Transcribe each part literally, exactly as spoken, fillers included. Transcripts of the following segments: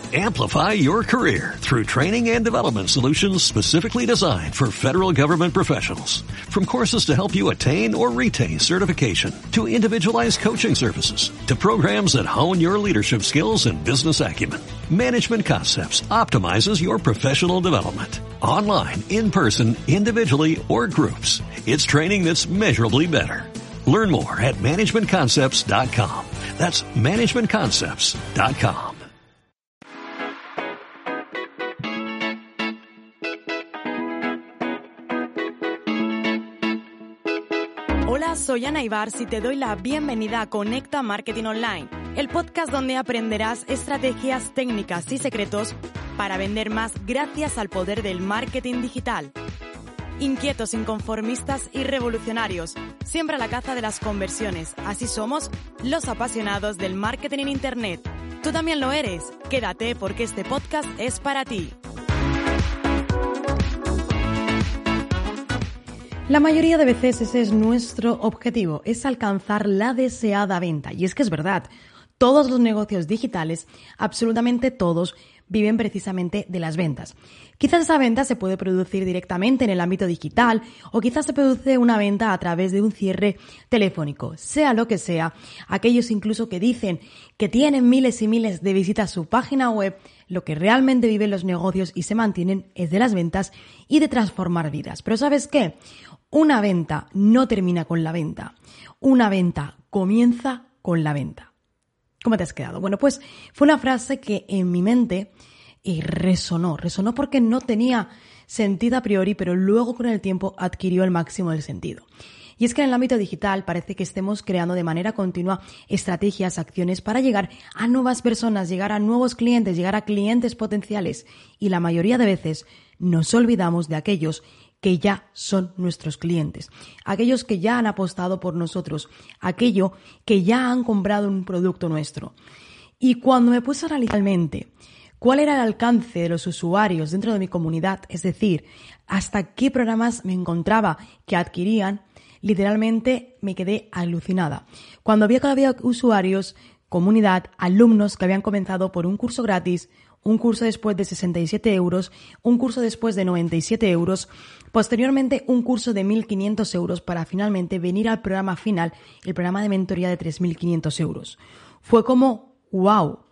Amplify your career through training and development solutions specifically designed for federal government professionals. From courses to help you attain or retain certification, to individualized coaching services, to programs that hone your leadership skills and business acumen, Management Concepts optimizes your professional development. Online, in person, individually, or groups, it's training that's measurably better. Learn more at management concepts dot com. That's management concepts dot com. Hola, soy Ana Ibars y te doy la bienvenida a Conecta Marketing Online, el podcast donde aprenderás estrategias, técnicas y secretos para vender más gracias al poder del marketing digital. Inquietos, inconformistas y revolucionarios, siempre a la caza de las conversiones. Así somos los apasionados del marketing en Internet. ¿Tú también lo eres? Quédate porque este podcast es para ti. La mayoría de veces ese es nuestro objetivo, es alcanzar la deseada venta. Y es que es verdad, todos los negocios digitales, absolutamente todos, viven precisamente de las ventas. Quizás esa venta se puede producir directamente en el ámbito digital o quizás se produce una venta a través de un cierre telefónico. Sea lo que sea, aquellos incluso que dicen que tienen miles y miles de visitas a su página web, lo que realmente viven los negocios y se mantienen es de las ventas y de transformar vidas. Pero ¿sabes qué? Una venta no termina con la venta. Una venta comienza con la venta. ¿Cómo te has quedado? Bueno, pues fue una frase que en mi mente eh, resonó. Resonó porque no tenía sentido a priori, pero luego con el tiempo adquirió el máximo del sentido. Y es que en el ámbito digital parece que estemos creando de manera continua estrategias, acciones para llegar a nuevas personas, llegar a nuevos clientes, llegar a clientes potenciales. Y la mayoría de veces nos olvidamos de aquellos que ya son nuestros clientes, aquellos que ya han apostado por nosotros, aquello que ya han comprado un producto nuestro. Y cuando me puse a analizar realmente cuál era el alcance de los usuarios dentro de mi comunidad, es decir, hasta qué programas me encontraba que adquirían, literalmente me quedé alucinada. Cuando vi que había usuarios, comunidad, alumnos que habían comenzado por un curso gratis, un curso después de sesenta y siete euros, un curso después de noventa y siete euros, posteriormente un curso de mil quinientos euros para finalmente venir al programa final, el programa de mentoría de tres mil quinientos euros. Fue como, wow.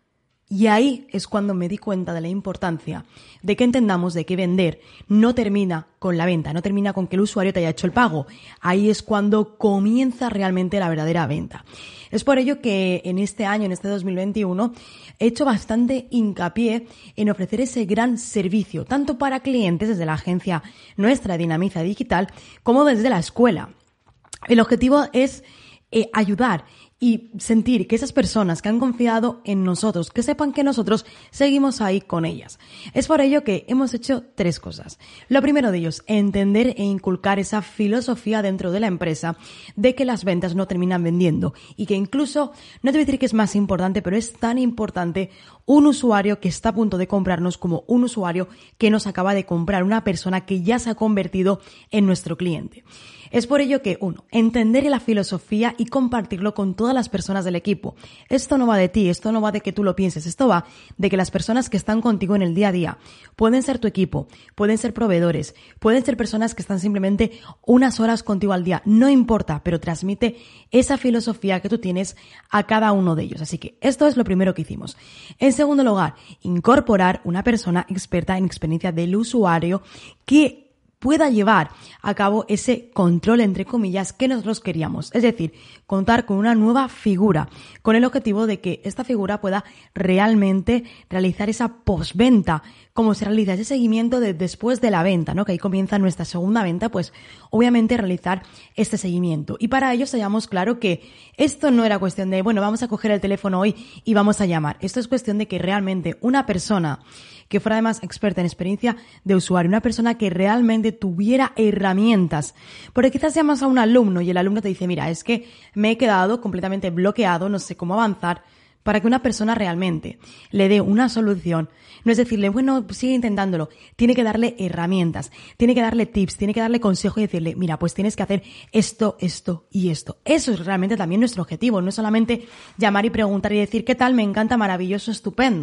Y ahí es cuando me di cuenta de la importancia de que entendamos de que vender no termina con la venta, no termina con que el usuario te haya hecho el pago. Ahí es cuando comienza realmente la verdadera venta. Es por ello que en este año, en este dos mil veintiuno, he hecho bastante hincapié en ofrecer ese gran servicio, tanto para clientes desde la agencia nuestra Dinamiza Digital, como desde la escuela. El objetivo es eh, ayudar y sentir que esas personas que han confiado en nosotros, que sepan que nosotros seguimos ahí con ellas. Es por ello que hemos hecho tres cosas. Lo primero de ellos, entender e inculcar esa filosofía dentro de la empresa de que las ventas no terminan vendiendo y que incluso, no te voy a decir que es más importante, pero es tan importante un usuario que está a punto de comprarnos como un usuario que nos acaba de comprar, una persona que ya se ha convertido en nuestro cliente. Es por ello que, uno, entender la filosofía y compartirlo con todas las personas del equipo. Esto no va de ti, esto no va de que tú lo pienses, esto va de que las personas que están contigo en el día a día pueden ser tu equipo, pueden ser proveedores, pueden ser personas que están simplemente unas horas contigo al día, no importa, pero transmite esa filosofía que tú tienes a cada uno de ellos. Así que esto es lo primero que hicimos. En segundo lugar, incorporar una persona experta en experiencia del usuario que pueda llevar a cabo ese control, entre comillas, que nosotros queríamos. Es decir, contar con una nueva figura, con el objetivo de que esta figura pueda realmente realizar esa postventa, como se realiza ese seguimiento de después de la venta, ¿no? Que ahí comienza nuestra segunda venta, pues obviamente realizar este seguimiento. Y para ello hayamos claro que esto no era cuestión de, bueno, vamos a coger el teléfono hoy y vamos a llamar. Esto es cuestión de que realmente una persona que fuera además experta en experiencia de usuario, una persona que realmente tuviera herramientas. Porque quizás llamas a un alumno y el alumno te dice, mira, es que me he quedado completamente bloqueado, no sé cómo avanzar, para que una persona realmente le dé una solución. No es decirle, bueno, pues sigue intentándolo. Tiene que darle herramientas, tiene que darle tips, tiene que darle consejo y decirle, mira, pues tienes que hacer esto, esto y esto. Eso es realmente también nuestro objetivo. No es solamente llamar y preguntar y decir, ¿qué tal? Me encanta, maravilloso, estupendo.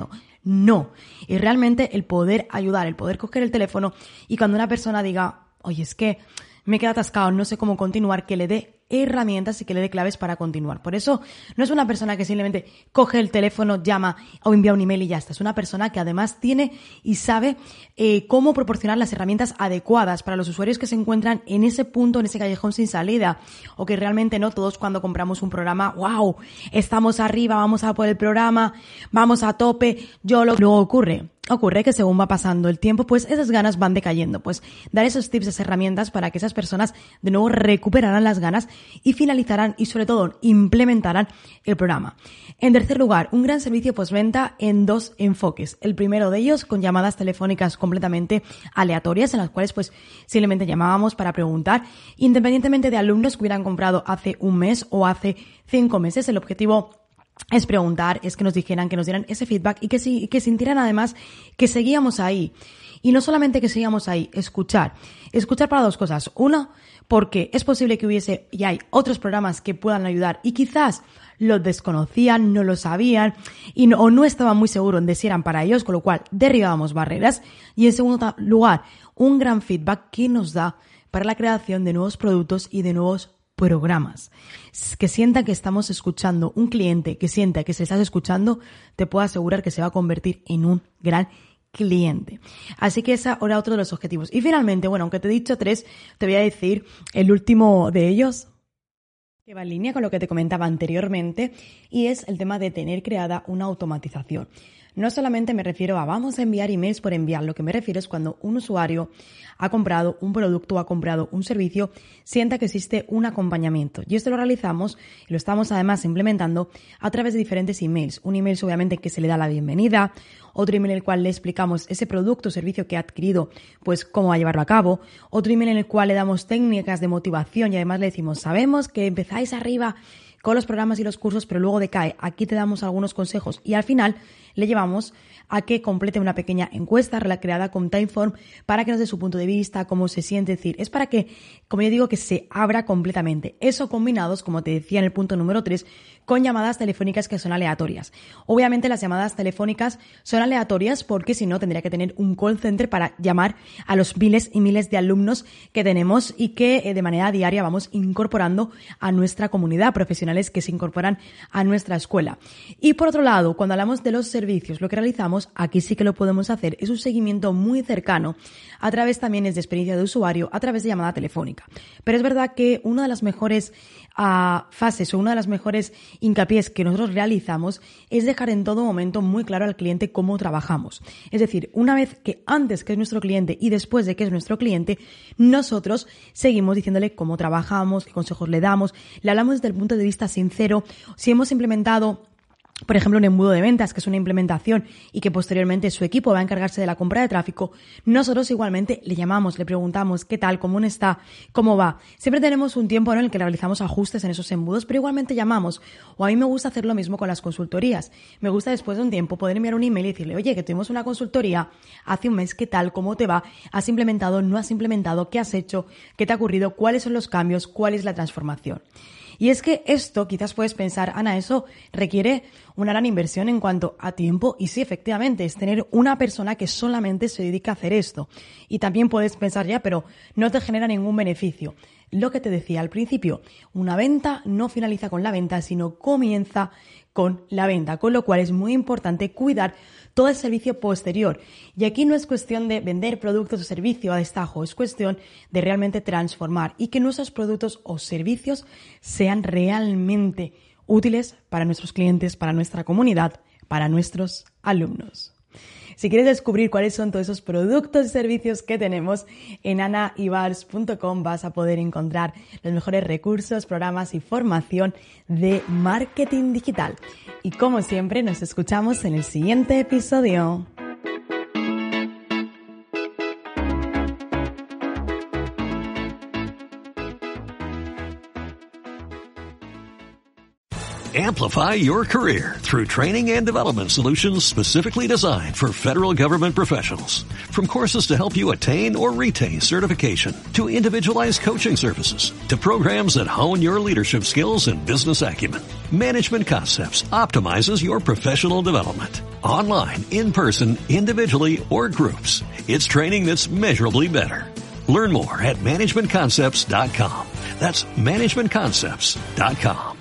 No, es realmente el poder ayudar, el poder coger el teléfono y cuando una persona diga, oye, es que me queda atascado, no sé cómo continuar, que le dé herramientas y que le dé claves para continuar. Por eso no es una persona que simplemente coge el teléfono, llama o envía un email y ya está. Es una persona que además tiene y sabe eh, cómo proporcionar las herramientas adecuadas para los usuarios que se encuentran en ese punto, en ese callejón sin salida, o que realmente no todos cuando compramos un programa, wow, estamos arriba, vamos a por el programa, vamos a tope, yo lo... Luego ocurre. Ocurre que según va pasando el tiempo, pues esas ganas van decayendo. Pues dar esos tips, esas herramientas para que esas personas de nuevo recuperarán las ganas y finalizarán y sobre todo implementarán el programa. En tercer lugar, un gran servicio postventa en dos enfoques. El primero de ellos con llamadas telefónicas completamente aleatorias en las cuales pues simplemente llamábamos para preguntar, independientemente de alumnos que hubieran comprado hace un mes o hace cinco meses. El objetivo es preguntar, es que nos dijeran, que nos dieran ese feedback y que, sí, que sintieran además que seguíamos ahí. Y no solamente que seguíamos ahí, escuchar. Escuchar para dos cosas. Una, porque es posible que hubiese y hay otros programas que puedan ayudar y quizás los desconocían, no lo sabían y no, o no estaban muy seguros de si eran para ellos, con lo cual derribábamos barreras. Y en segundo lugar, un gran feedback que nos da para la creación de nuevos productos y de nuevos programas. Que sienta que estamos escuchando, un cliente que sienta que se estás escuchando, te puedo asegurar que se va a convertir en un gran cliente. Así que ese era otro de los objetivos. Y finalmente, bueno, aunque te he dicho tres, te voy a decir el último de ellos, que va en línea con lo que te comentaba anteriormente, y es el tema de tener creada una automatización. No solamente me refiero a vamos a enviar emails por enviar, lo que me refiero es cuando un usuario ha comprado un producto o ha comprado un servicio, sienta que existe un acompañamiento. Y esto lo realizamos y lo estamos además implementando a través de diferentes emails. Un email obviamente que se le da la bienvenida, otro email en el cual le explicamos ese producto o servicio que ha adquirido, pues cómo va a llevarlo a cabo, otro email en el cual le damos técnicas de motivación y además le decimos, sabemos que empezáis arriba con los programas y los cursos, pero luego decae. Aquí te damos algunos consejos y al final le llevamos a que complete una pequeña encuesta creada con Timeform para que nos dé su punto de vista, cómo se siente. Es decir, es para que, como yo digo, que se abra completamente. Eso combinados, como te decía en el punto número tres, con llamadas telefónicas que son aleatorias. Obviamente las llamadas telefónicas son aleatorias porque si no tendría que tener un call center para llamar a los miles y miles de alumnos que tenemos y que eh, de manera diaria vamos incorporando a nuestra comunidad, profesionales que se incorporan a nuestra escuela. Y por otro lado, cuando hablamos de los servicios, lo que realizamos, aquí sí que lo podemos hacer, es un seguimiento muy cercano a través también es de experiencia de usuario, a través de llamada telefónica. Pero es verdad que una de las mejores uh, fases o una de las mejores hincapiés que nosotros realizamos es dejar en todo momento muy claro al cliente cómo trabajamos. Es decir, una vez que antes que es nuestro cliente y después de que es nuestro cliente, nosotros seguimos diciéndole cómo trabajamos, qué consejos le damos, le hablamos desde el punto de vista sincero, si hemos implementado por ejemplo, un embudo de ventas, que es una implementación y que posteriormente su equipo va a encargarse de la compra de tráfico, nosotros igualmente le llamamos, le preguntamos qué tal, cómo está, cómo va. Siempre tenemos un tiempo, ¿no?, en el que realizamos ajustes en esos embudos, pero igualmente llamamos. O a mí me gusta hacer lo mismo con las consultorías. Me gusta después de un tiempo poder enviar un email y decirle, oye, que tuvimos una consultoría hace un mes, ¿qué tal, cómo te va? ¿Has implementado, no has implementado? ¿Qué has hecho? ¿Qué te ha ocurrido? ¿Cuáles son los cambios? ¿Cuál es la transformación? Y es que esto, quizás puedes pensar, Ana, eso requiere una gran inversión en cuanto a tiempo, y sí, efectivamente, es tener una persona que solamente se dedica a hacer esto. Y también puedes pensar ya, pero no te genera ningún beneficio. Lo que te decía al principio, una venta no finaliza con la venta, sino comienza con la venta, con lo cual es muy importante cuidar todo el servicio posterior. Y aquí no es cuestión de vender productos o servicios a destajo, es cuestión de realmente transformar y que nuestros productos o servicios sean realmente útiles para nuestros clientes, para nuestra comunidad, para nuestros alumnos. Si quieres descubrir cuáles son todos esos productos y servicios que tenemos, en ana ibars punto com vas a poder encontrar los mejores recursos, programas y formación de marketing digital. Y como siempre, nos escuchamos en el siguiente episodio. Amplify your career through training and development solutions specifically designed for federal government professionals. From courses to help you attain or retain certification, to individualized coaching services, to programs that hone your leadership skills and business acumen, Management Concepts optimizes your professional development. Online, in person, individually, or groups, it's training that's measurably better. Learn more at management concepts dot com. That's management concepts dot com.